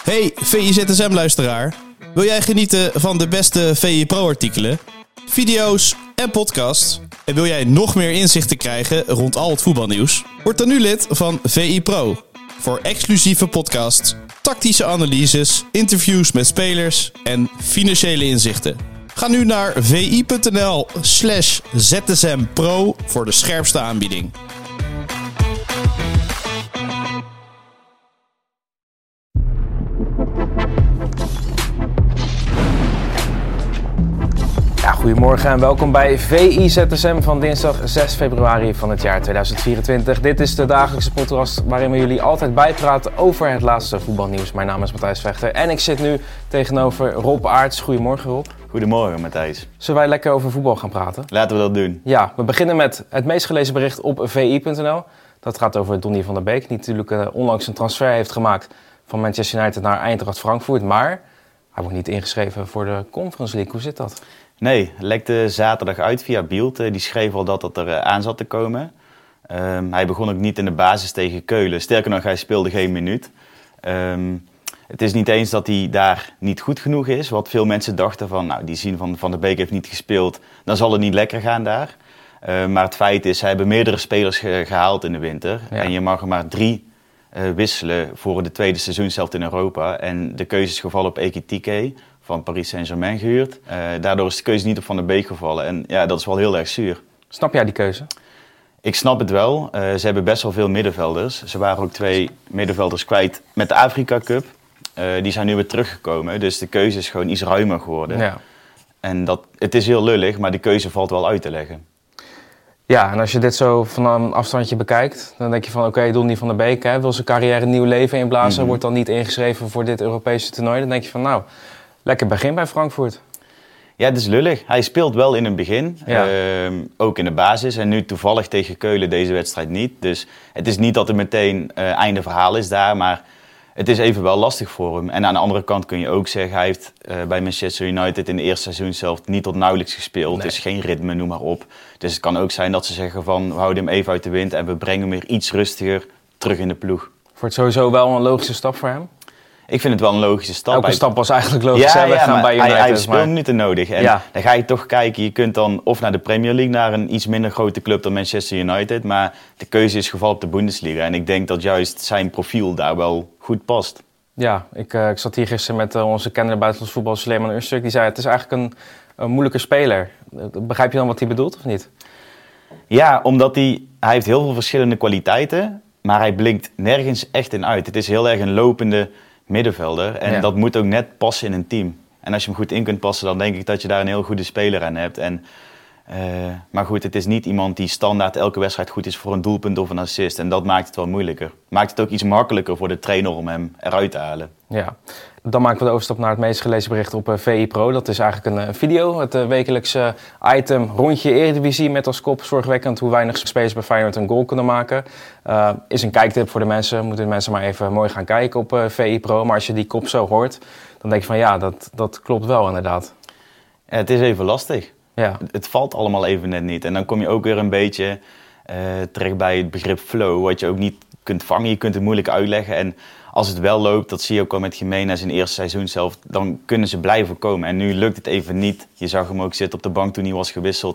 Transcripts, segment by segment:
Hey VI-ZSM-luisteraar. Wil jij genieten van de beste VI Pro-artikelen, video's en podcasts? En wil jij nog meer inzichten krijgen rond al het voetbalnieuws? Word dan nu lid van VI Pro. Voor exclusieve podcasts, tactische analyses, interviews met spelers en financiële inzichten. Ga nu naar vi.nl/ZSMPro voor de scherpste aanbieding. Goedemorgen en welkom bij VI-ZSM van dinsdag 6 februari van het jaar 2024. Dit is de dagelijkse podcast waarin we jullie altijd bijpraten over het laatste voetbalnieuws. Mijn naam is Matthijs Vechter en ik zit nu tegenover Rob Aerts. Goedemorgen Rob. Goedemorgen Matthijs. Zullen wij lekker over voetbal gaan praten? Laten we dat doen. Ja, we beginnen met het meest gelezen bericht op vi.nl. Dat gaat over Donny van der Beek, die natuurlijk onlangs een transfer heeft gemaakt van Manchester United naar Eintracht Frankfurt. Maar hij wordt niet ingeschreven voor de Conference League. Hoe zit dat? Nee, lekte zaterdag uit via Bild. Die schreef al dat het er aan zat te komen. Hij begon ook niet in de basis tegen Keulen. Sterker nog, hij speelde geen minuut. Het is niet eens dat hij daar niet goed genoeg is. Wat veel mensen dachten van, nou, die zien Van der Beek heeft niet gespeeld. Dan zal het niet lekker gaan daar. Maar het feit is, ze hebben meerdere spelers gehaald in de winter. Ja. En je mag er maar 3 wisselen voor de tweede seizoenshelft in Europa. En de keuze is gevallen op Ekitike van Paris Saint-Germain gehuurd. Daardoor is de keuze niet op Van der Beek gevallen. En ja, dat is wel heel erg zuur. Snap jij die keuze? Ik snap het wel. Ze hebben best wel veel middenvelders. Ze waren ook 2 middenvelders kwijt met de Afrika Cup. Die zijn nu weer teruggekomen. Dus de keuze is gewoon iets ruimer geworden. Ja. En het is heel lullig, maar die keuze valt wel uit te leggen. Ja, en als je dit zo van een afstandje bekijkt, dan denk je van oké, Donny van der Beek wil zijn carrière een nieuw leven inblazen. Wordt dan niet ingeschreven voor dit Europese toernooi. Dan denk je van nou, lekker begin bij Frankfurt. Ja, het is lullig. Hij speelt wel in het begin, ook in de basis. En nu toevallig tegen Keulen deze wedstrijd niet. Dus het is niet dat het meteen einde verhaal is daar, maar het is even wel lastig voor hem. En aan de andere kant kun je ook zeggen, hij heeft bij Manchester United in de eerste seizoen zelf niet tot nauwelijks gespeeld. Nee. Dus geen ritme, noem maar op. Dus het kan ook zijn dat ze zeggen van, we houden hem even uit de wind en we brengen hem weer iets rustiger terug in de ploeg. Wordt het sowieso wel een logische stap voor hem? Ik vind het wel een logische stap. Elke stap was eigenlijk logisch. We gaan bij United, hij heeft speelminuten nodig. En dan ga je toch kijken, je kunt dan of naar de Premier League, naar een iets minder grote club dan Manchester United. Maar de keuze is gevallen op de Bundesliga. En ik denk dat juist zijn profiel daar wel goed past. Ja, ik zat hier gisteren met onze kenner buitenlands voetbal, Suleiman Öztürk. Die zei, het is eigenlijk een moeilijke speler. Begrijp je dan wat hij bedoelt of niet? Ja, omdat hij heeft heel veel verschillende kwaliteiten. Maar hij blinkt nergens echt in uit. Het is heel erg een lopende middenvelder. En dat moet ook net passen in een team. En als je hem goed in kunt passen, dan denk ik dat je daar een heel goede speler aan hebt. Maar goed, het is niet iemand die standaard elke wedstrijd goed is voor een doelpunt of een assist. En dat maakt het wel moeilijker. Maakt het ook iets makkelijker voor de trainer om hem eruit te halen. Ja, dan maken we de overstap naar het meest gelezen bericht op VI Pro. Dat is eigenlijk een video, het wekelijkse item rondje Eredivisie met als kop zorgwekkend hoe weinig spelers bij Feyenoord een goal kunnen maken. Is een kijktip voor de mensen, moeten de mensen maar even mooi gaan kijken op VI Pro. Maar als je die kop zo hoort, dan denk je van ja, dat klopt wel inderdaad. Ja, het is even lastig. Ja. Het valt allemaal even net niet. En dan kom je ook weer een beetje terecht bij het begrip flow, wat je ook niet kunt vangen. Je kunt het moeilijk uitleggen. En als het wel loopt, dat zie je ook al met Jiménez in het eerste seizoen zelf, dan kunnen ze blijven komen. En nu lukt het even niet. Je zag hem ook zitten op de bank toen hij was gewisseld.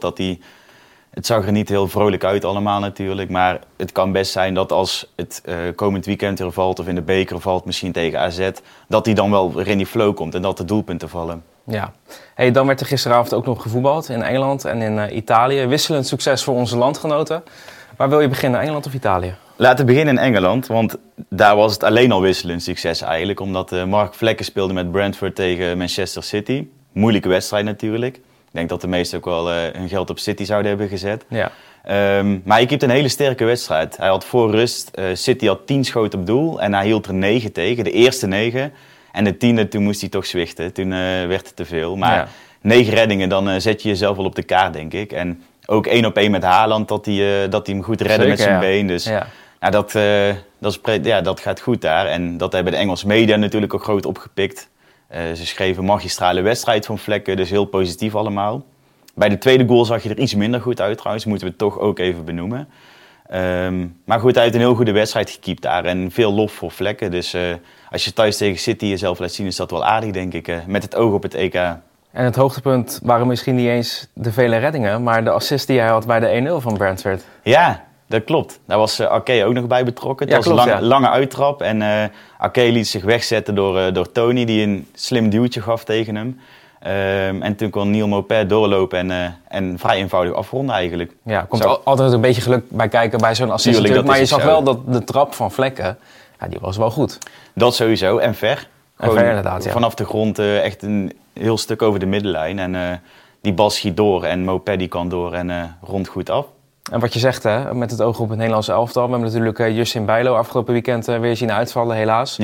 Het zag er niet heel vrolijk uit allemaal natuurlijk. Maar het kan best zijn dat als het komend weekend er valt of in de beker valt, misschien tegen AZ, dat hij dan wel weer in die flow komt en dat de doelpunten vallen. Ja, dan werd er gisteravond ook nog gevoetbald in Engeland en in Italië. Wisselend succes voor onze landgenoten. Waar wil je beginnen, Engeland of Italië? Laten we beginnen in Engeland, want daar was het alleen al wisselend succes eigenlijk. Omdat Mark Vlekken speelde met Brentford tegen Manchester City. Moeilijke wedstrijd natuurlijk. Ik denk dat de meesten ook wel hun geld op City zouden hebben gezet. Ja. Maar hij keepte een hele sterke wedstrijd. Hij had voor rust, City had 10 schoten op doel en hij hield er 9 tegen. De eerste 9. En de 10e, toen moest hij toch zwichten. Toen werd het te veel. Maar 9 reddingen, dan zet je jezelf wel op de kaart, denk ik. En ook 1-op-1 met Haaland, dat hij hem goed redde met zijn been. Dus dat gaat goed daar. En dat hebben de Engelse media natuurlijk ook groot opgepikt. Ze schreven magistrale wedstrijd van Vlekken, dus heel positief allemaal. Bij de tweede goal zag je er iets minder goed uit trouwens, moeten we toch ook even benoemen. Maar goed, hij heeft een heel goede wedstrijd gekiept daar. En veel lof voor Vlekken. Dus als je thuis tegen City jezelf laat zien, is dat wel aardig, denk ik. Met het oog op het EK. En het hoogtepunt waren misschien niet eens de vele reddingen, maar de assist die hij had bij de 1-0 van Brentford. Ja, dat klopt. Daar was Ake ook nog bij betrokken. Het was een lange uittrap. En Ake liet zich wegzetten door Tony, die een slim duwtje gaf tegen hem. En toen kon Neal Maupay doorlopen en vrij eenvoudig afronden eigenlijk. Ja, komt altijd een beetje geluk bij kijken bij zo'n assist natuurlijk. Maar je zag wel dat de trap van Vlekken, die was wel goed. Dat sowieso. En ver. En ver inderdaad, vanaf de grond echt een heel stuk over de middenlijn. En die bal schiet door en Maupay die kan door en rondt goed af. En wat je zegt, hè, met het oog op het Nederlandse elftal. We hebben natuurlijk Justin Bijlo afgelopen weekend weer zien uitvallen, helaas.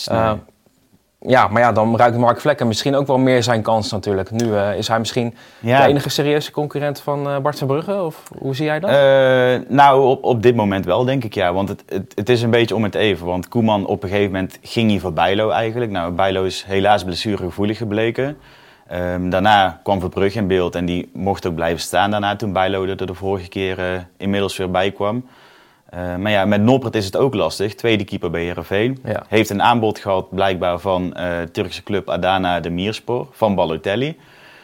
Ja, maar dan ruikt Mark Vlekken misschien ook wel meer zijn kans natuurlijk. Nu is hij misschien de enige serieuze concurrent van Bart Verbrugge? Of hoe zie jij dat? Nou, op dit moment wel, denk ik, ja. Want het is een beetje om het even. Want Koeman op een gegeven moment ging hij voor Bijlo eigenlijk. Nou, Bijlo is helaas blessuregevoelig gebleken. Daarna kwam Verbrugge in beeld en die mocht ook blijven staan daarna toen Bijlo er de vorige keer inmiddels weer bij kwam. Maar ja, met Noppert is het ook lastig. Tweede keeper bij Heerenveen. Ja. Heeft een aanbod gehad blijkbaar van Turkse club Adana Demirspor van Balotelli.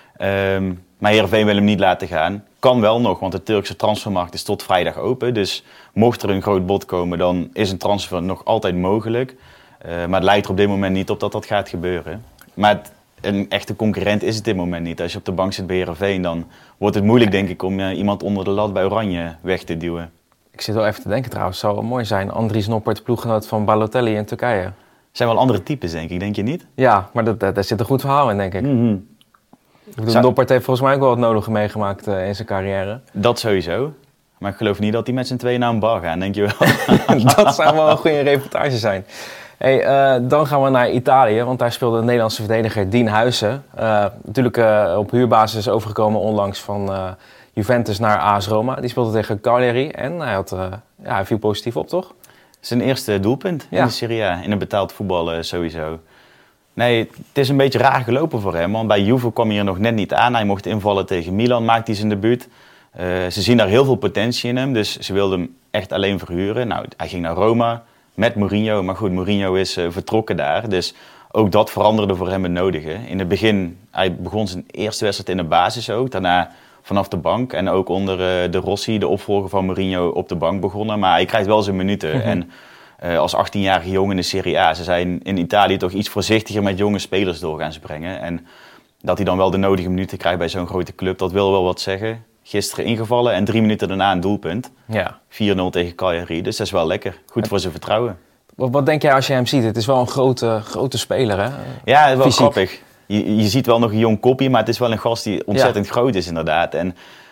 Maar Heerenveen wil hem niet laten gaan. Kan wel nog, want de Turkse transfermarkt is tot vrijdag open. Dus mocht er een groot bod komen, dan is een transfer nog altijd mogelijk. Maar het lijkt er op dit moment niet op dat dat gaat gebeuren. Maar een echte concurrent is het dit moment niet. Als je op de bank zit bij Heerenveen, dan wordt het moeilijk, denk ik, om iemand onder de lat bij Oranje weg te duwen. Ik zit wel even te denken trouwens, het zou wel mooi zijn. Andries Noppert, ploeggenoot van Balotelli in Turkije. Zijn wel andere types, denk je niet? Ja, maar daar zit een goed verhaal in, denk ik. Mm-hmm. Ik bedoel, Noppert heeft volgens mij ook wel het nodige meegemaakt in zijn carrière. Dat sowieso. Maar ik geloof niet dat hij met z'n tweeën naar een bar gaan, denk je wel? Dat zou wel een goede reportage zijn. Hey, dan gaan we naar Italië, want daar speelde de Nederlandse verdediger Dien Huijsen. Natuurlijk op huurbasis overgekomen onlangs van Juventus naar AS Roma. Die speelde tegen Cagliari en hij viel positief op, toch? Zijn eerste doelpunt in de Serie A, in een betaald voetbal sowieso. Nee, het is een beetje raar gelopen voor hem, want bij Juve kwam hij er nog net niet aan. Hij mocht invallen tegen Milan, maakte hij zijn debuut. Ze zien daar heel veel potentie in hem, dus ze wilden hem echt alleen verhuren. Nou, hij ging naar Roma met Mourinho, maar goed, Mourinho is vertrokken daar. Dus ook dat veranderde voor hem het nodige. In het begin, hij begon zijn eerste wedstrijd in de basis ook. Daarna vanaf de bank en ook onder de Rossi, de opvolger van Mourinho, op de bank begonnen. Maar hij krijgt wel zijn minuten. Mm-hmm. En als 18-jarige jongen in de Serie A, ze zijn in Italië toch iets voorzichtiger met jonge spelers doorgaans brengen. En dat hij dan wel de nodige minuten krijgt bij zo'n grote club, dat wil wel wat zeggen. Gisteren ingevallen en 3 minuten daarna een doelpunt. Ja. 4-0 tegen Cagliari, dus dat is wel lekker. Goed voor zijn vertrouwen. Wat denk jij als je hem ziet? Het is wel een grote speler, hè? Ja, wel grappig. Je ziet wel nog een jong kopje, maar het is wel een gast die ontzettend groot is inderdaad. En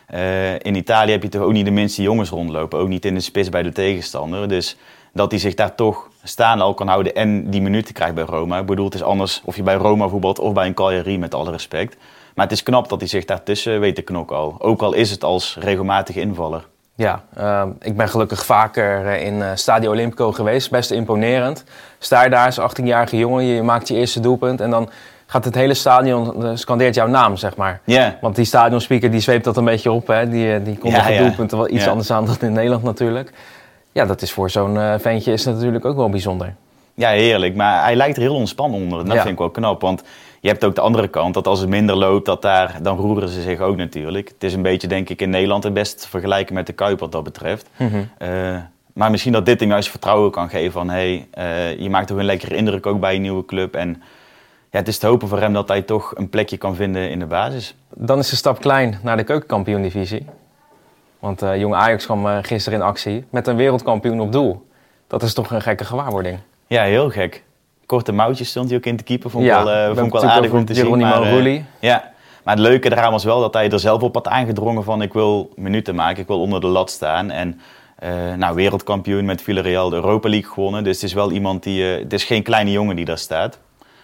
in Italië heb je toch ook niet de minste jongens rondlopen. Ook niet in de spits bij de tegenstander. Dus dat hij zich daar toch staande al kan houden en die minuten krijgt bij Roma. Ik bedoel, het is anders of je bij Roma voetbalt of bij een Cagliari, met alle respect. Maar het is knap dat hij zich daartussen weet te knokken al. Ook al is het als regelmatige invaller. Ja, ik ben gelukkig vaker in Stadio Olimpico geweest. Best imponerend. Sta je daar als 18-jarige jongen, je maakt je eerste doelpunt en dan gaat het hele stadion, scandeert jouw naam, zeg maar. Yeah. Want die stadionspeaker die zweept dat een beetje op, hè. Die kondigt doelpunten wel iets anders aan dan in Nederland natuurlijk. Ja, dat is voor zo'n ventje is natuurlijk ook wel bijzonder. Ja, heerlijk. Maar hij lijkt er heel ontspannen onder. En dat vind ik wel knap, want je hebt ook de andere kant, dat als het minder loopt, dan roeren ze zich ook natuurlijk. Het is een beetje, denk ik, in Nederland het best te vergelijken met de Kuip wat dat betreft. Mm-hmm. Maar misschien dat dit hem juist vertrouwen kan geven van, je maakt toch een lekkere indruk ook bij een nieuwe club. En ja, het is te hopen voor hem dat hij toch een plekje kan vinden in de basis. Dan is de stap klein naar de keukenkampioen-divisie. Want jong Ajax kwam gisteren in actie met een wereldkampioen op doel. Dat is toch een gekke gewaarwording. Ja, heel gek. Korte mouwtjes stond hij ook in te keeper. Vond ik wel aardig om te zien. Maar het leuke eraan was wel dat hij er zelf op had aangedrongen van ik wil minuten maken, ik wil onder de lat staan. En wereldkampioen met Villarreal de Europa League gewonnen. Dus het is wel iemand het is geen kleine jongen die daar staat.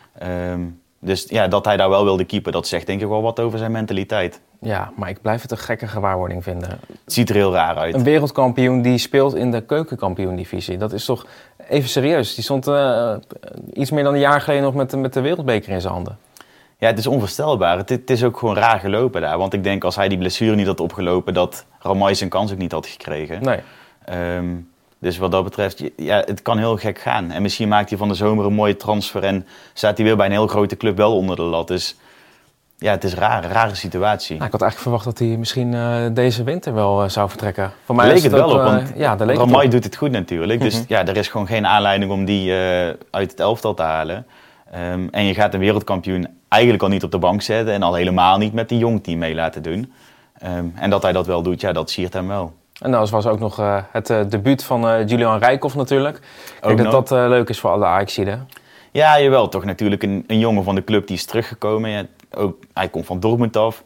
Dus ja, dat hij daar wel wilde keepen, dat zegt denk ik wel wat over zijn mentaliteit. Ja, maar ik blijf het een gekke gewaarwording vinden. Het ziet er heel raar uit. Een wereldkampioen die speelt in de keukenkampioen-divisie. Dat is toch even serieus. Die stond iets meer dan een jaar geleden nog met de wereldbeker in zijn handen. Ja, het is onvoorstelbaar. Het is ook gewoon raar gelopen daar. Want ik denk als hij die blessure niet had opgelopen, dat Ramai zijn kans ook niet had gekregen. Nee. Dus wat dat betreft, ja, het kan heel gek gaan. En misschien maakt hij van de zomer een mooie transfer en staat hij weer bij een heel grote club wel onder de lat. Dus ja, het is een rare situatie. Nou, ik had eigenlijk verwacht dat hij misschien deze winter wel zou vertrekken. Voor mij leek het wel op, want Ramai doet het goed natuurlijk. Dus ja, er is gewoon geen aanleiding om die uit het elftal te halen. En je gaat een wereldkampioen eigenlijk al niet op de bank zetten en al helemaal niet met een jong team mee laten doen. En dat hij dat wel doet, ja, dat siert hem wel. En dan was ook nog het debuut van Julian Rijkoff natuurlijk. Ik denk dat leuk is voor alle Ajaxiden. Ja, jawel. Toch natuurlijk een jongen van de club die is teruggekomen. Ja, hij komt van Dortmund af.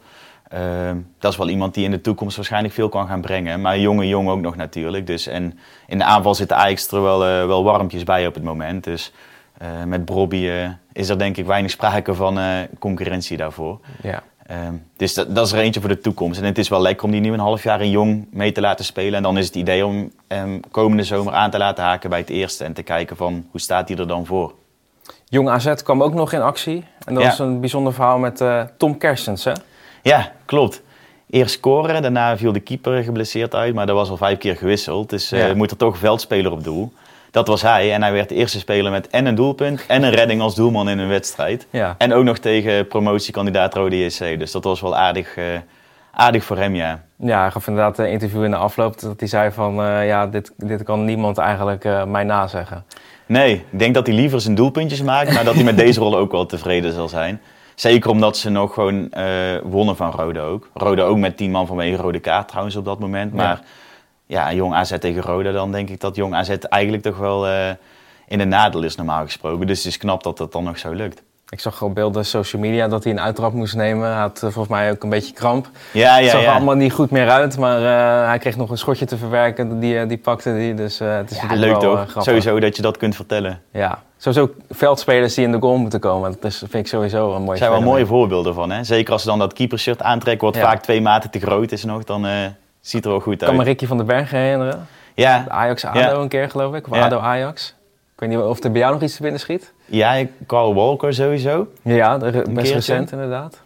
Dat is wel iemand die in de toekomst waarschijnlijk veel kan gaan brengen. Maar een jongen ook nog natuurlijk. Dus, en in de aanval zit de Ajax er wel warmpjes bij op het moment. Dus met Brobby is er denk ik weinig sprake van concurrentie daarvoor. Ja. Dus dat is er eentje voor de toekomst. En het is wel lekker om die nu een half jaar in jong mee te laten spelen. En dan is het idee om komende zomer aan te laten haken bij het eerste. En te kijken van hoe staat hij er dan voor. Jong AZ kwam ook nog in actie. En dat was een bijzonder verhaal met Tom Kerstens, hè? Ja, klopt. Eerst scoren, daarna viel de keeper geblesseerd uit. Maar dat was al 5 keer gewisseld. Dus moet er toch een veldspeler op doel. Dat was hij. En hij werd de eerste speler met en een doelpunt en een redding als doelman in een wedstrijd. Ja. En ook nog tegen promotiekandidaat Rode JC. Dus dat was wel aardig voor hem, ja. Ja, hij gaf inderdaad een interview in de afloop dat hij zei van... dit kan niemand eigenlijk mij nazeggen. Nee, ik denk dat hij liever zijn doelpuntjes maakt... maar dat hij met deze rol ook wel tevreden zal zijn. Zeker omdat ze nog gewoon wonnen van Rode ook. Rode ook met 10 man vanwege rode kaart trouwens op dat moment. Maar ja, Jong AZ tegen Rode, dan denk ik dat Jong AZ eigenlijk toch wel in de nadeel is normaal gesproken. Dus het is knap dat dat dan nog zo lukt. Ik zag op beelden social media dat hij een uittrap moest nemen. Hij had volgens mij ook een beetje kramp. Het zag er allemaal niet goed meer uit, maar hij kreeg nog een schotje te verwerken. Die pakte die, dus het is leuk wel, toch? Grappig. Sowieso dat je dat kunt vertellen. Ja, sowieso veldspelers die in de goal moeten komen. Dat vind ik sowieso een mooi. Er zijn wel mooie voorbeelden van, hè? Zeker als ze dan dat keepershirt aantrekken, wat vaak 2 maten te groot is nog, dan ziet er wel goed uit. Ik kan me Ricky van den Berg herinneren. Ja. De Ajax-ADO een keer, geloof ik. Of ADO-Ajax. Ik weet niet of er bij jou nog iets te binnen schiet. Ja, Carl Walker sowieso. Ja, best recent inderdaad.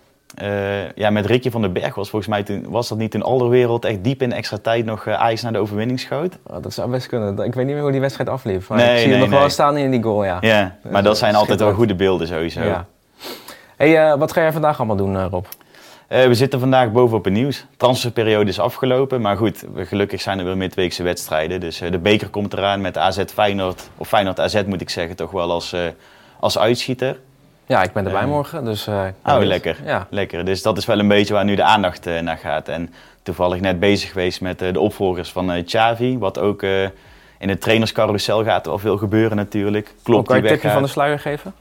Met Ricky van den Berg was volgens mij was dat niet in Alderwereld echt diep in de extra tijd nog Ajax naar de overwinning schoot. Oh, dat zou best kunnen. Ik weet niet meer hoe die wedstrijd afliep. Maar ik zie hem nog wel staan in die goal, ja. Ja, maar dat zijn altijd wel goede beelden sowieso. Ja. Hey, wat ga jij vandaag allemaal doen, Rob? We zitten vandaag bovenop het nieuws. De transferperiode is afgelopen, maar goed, gelukkig zijn er weer midweekse wedstrijden. Dus de beker komt eraan met AZ Feyenoord, of Feyenoord AZ moet ik zeggen, toch wel als uitschieter. Ja, ik ben erbij morgen, dus... lekker. Ja. Lekker. Dus dat is wel een beetje waar nu de aandacht naar gaat. En toevallig net bezig geweest met de opvolgers van Xavi, wat ook in het trainerscarousel gaat er wel veel gebeuren natuurlijk. Klopp, kan je een tipje van de sluier geven?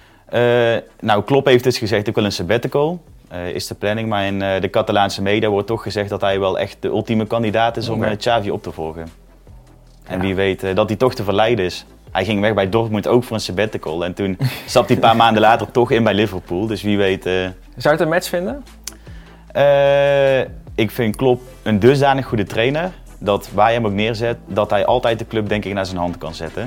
Klopp heeft dus gezegd, ik wil een sabbatical. Is de planning, maar in de Catalaanse media wordt toch gezegd dat hij wel echt de ultieme kandidaat is om Xavi op te volgen. En wie weet dat hij toch te verleiden is. Hij ging weg bij Dortmund ook voor een sabbatical en toen stapte hij een paar maanden later toch in bij Liverpool. Dus wie weet... Zou je het een match vinden? Ik vind Klopp een dusdanig goede trainer dat waar je hem ook neerzet, dat hij altijd de club denk ik naar zijn hand kan zetten.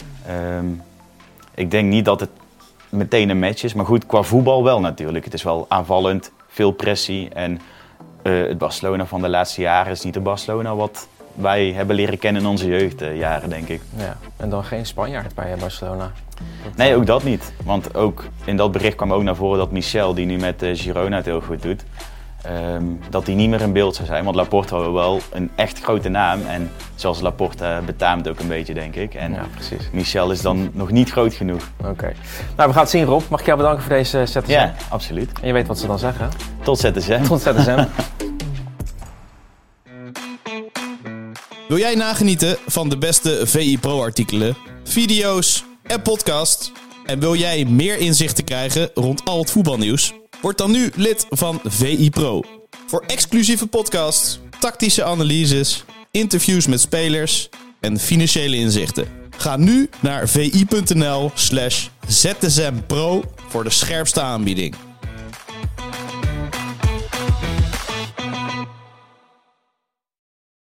Ik denk niet dat het meteen een match is, maar goed, qua voetbal wel natuurlijk. Het is wel aanvallend, veel pressie en het Barcelona van de laatste jaren is niet de Barcelona wat wij hebben leren kennen in onze jeugdjaren, denk ik. Ja, en dan geen Spanjaard bij Barcelona. Nee, ook dat niet. Want ook in dat bericht kwam ook naar voren dat Michel, die nu met Girona het heel goed doet, dat hij niet meer in beeld zou zijn. Want Laporte had wel een echt grote naam. En zoals Laporte betaamt ook een beetje, denk ik. En precies. Michel is dan nog niet groot genoeg. Oké. Nou, we gaan het zien, Rob. Mag ik jou bedanken voor deze ZSM? Ja, absoluut. En je weet wat ze dan zeggen. Tot ZSM. Tot ZSM. Wil jij nagenieten van de beste VI Pro-artikelen, video's en podcasts? En wil jij meer inzichten krijgen rond al het voetbalnieuws? Word dan nu lid van VI Pro. Voor exclusieve podcasts, tactische analyses, interviews met spelers en financiële inzichten. Ga nu naar vi.nl/ZSMPro voor de scherpste aanbieding.